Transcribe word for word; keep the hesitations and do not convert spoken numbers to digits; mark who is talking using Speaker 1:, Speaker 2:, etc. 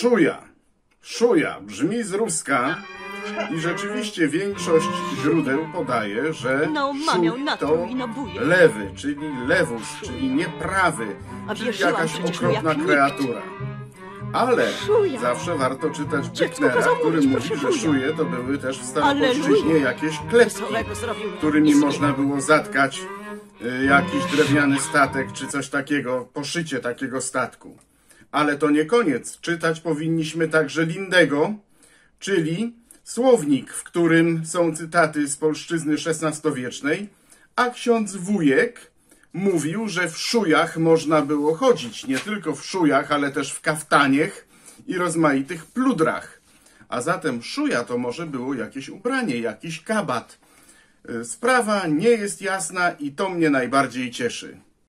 Speaker 1: Szuja. Szuja brzmi z ruska i rzeczywiście większość źródeł podaje, że
Speaker 2: No,
Speaker 1: szuj
Speaker 2: miał na
Speaker 1: to
Speaker 2: to i na buje.
Speaker 1: lewy, czyli lewus, czyli nieprawy,
Speaker 2: A
Speaker 1: czyli
Speaker 2: wierzyłam
Speaker 1: jakaś
Speaker 2: przecież,
Speaker 1: okropna
Speaker 2: jak nikt.
Speaker 1: kreatura. Ale
Speaker 2: Szuja.
Speaker 1: zawsze warto czytać
Speaker 2: Dziecko
Speaker 1: Büchnera,
Speaker 2: kazał
Speaker 1: który
Speaker 2: mówić,
Speaker 1: mówi,
Speaker 2: proszę
Speaker 1: że
Speaker 2: wuja.
Speaker 1: szuje to były też w Staropolszczyźnie
Speaker 2: Alleluja.
Speaker 1: jakieś klepki,
Speaker 2: Wesołego zrobił
Speaker 1: którymi
Speaker 2: nic
Speaker 1: można
Speaker 2: nie.
Speaker 1: było zatkać y, jakiś drewniany statek czy coś takiego, poszycie takiego statku. Ale to nie koniec. Czytać powinniśmy także Lindego, czyli słownik, w którym są cytaty z polszczyzny szesnastowiecznej, a ksiądz Wujek mówił, że w szujach można było chodzić. Nie tylko w szujach, ale też w kaftaniech i rozmaitych pludrach. A zatem szuja to może było jakieś ubranie, jakiś kabat. Sprawa nie jest jasna i to mnie najbardziej cieszy.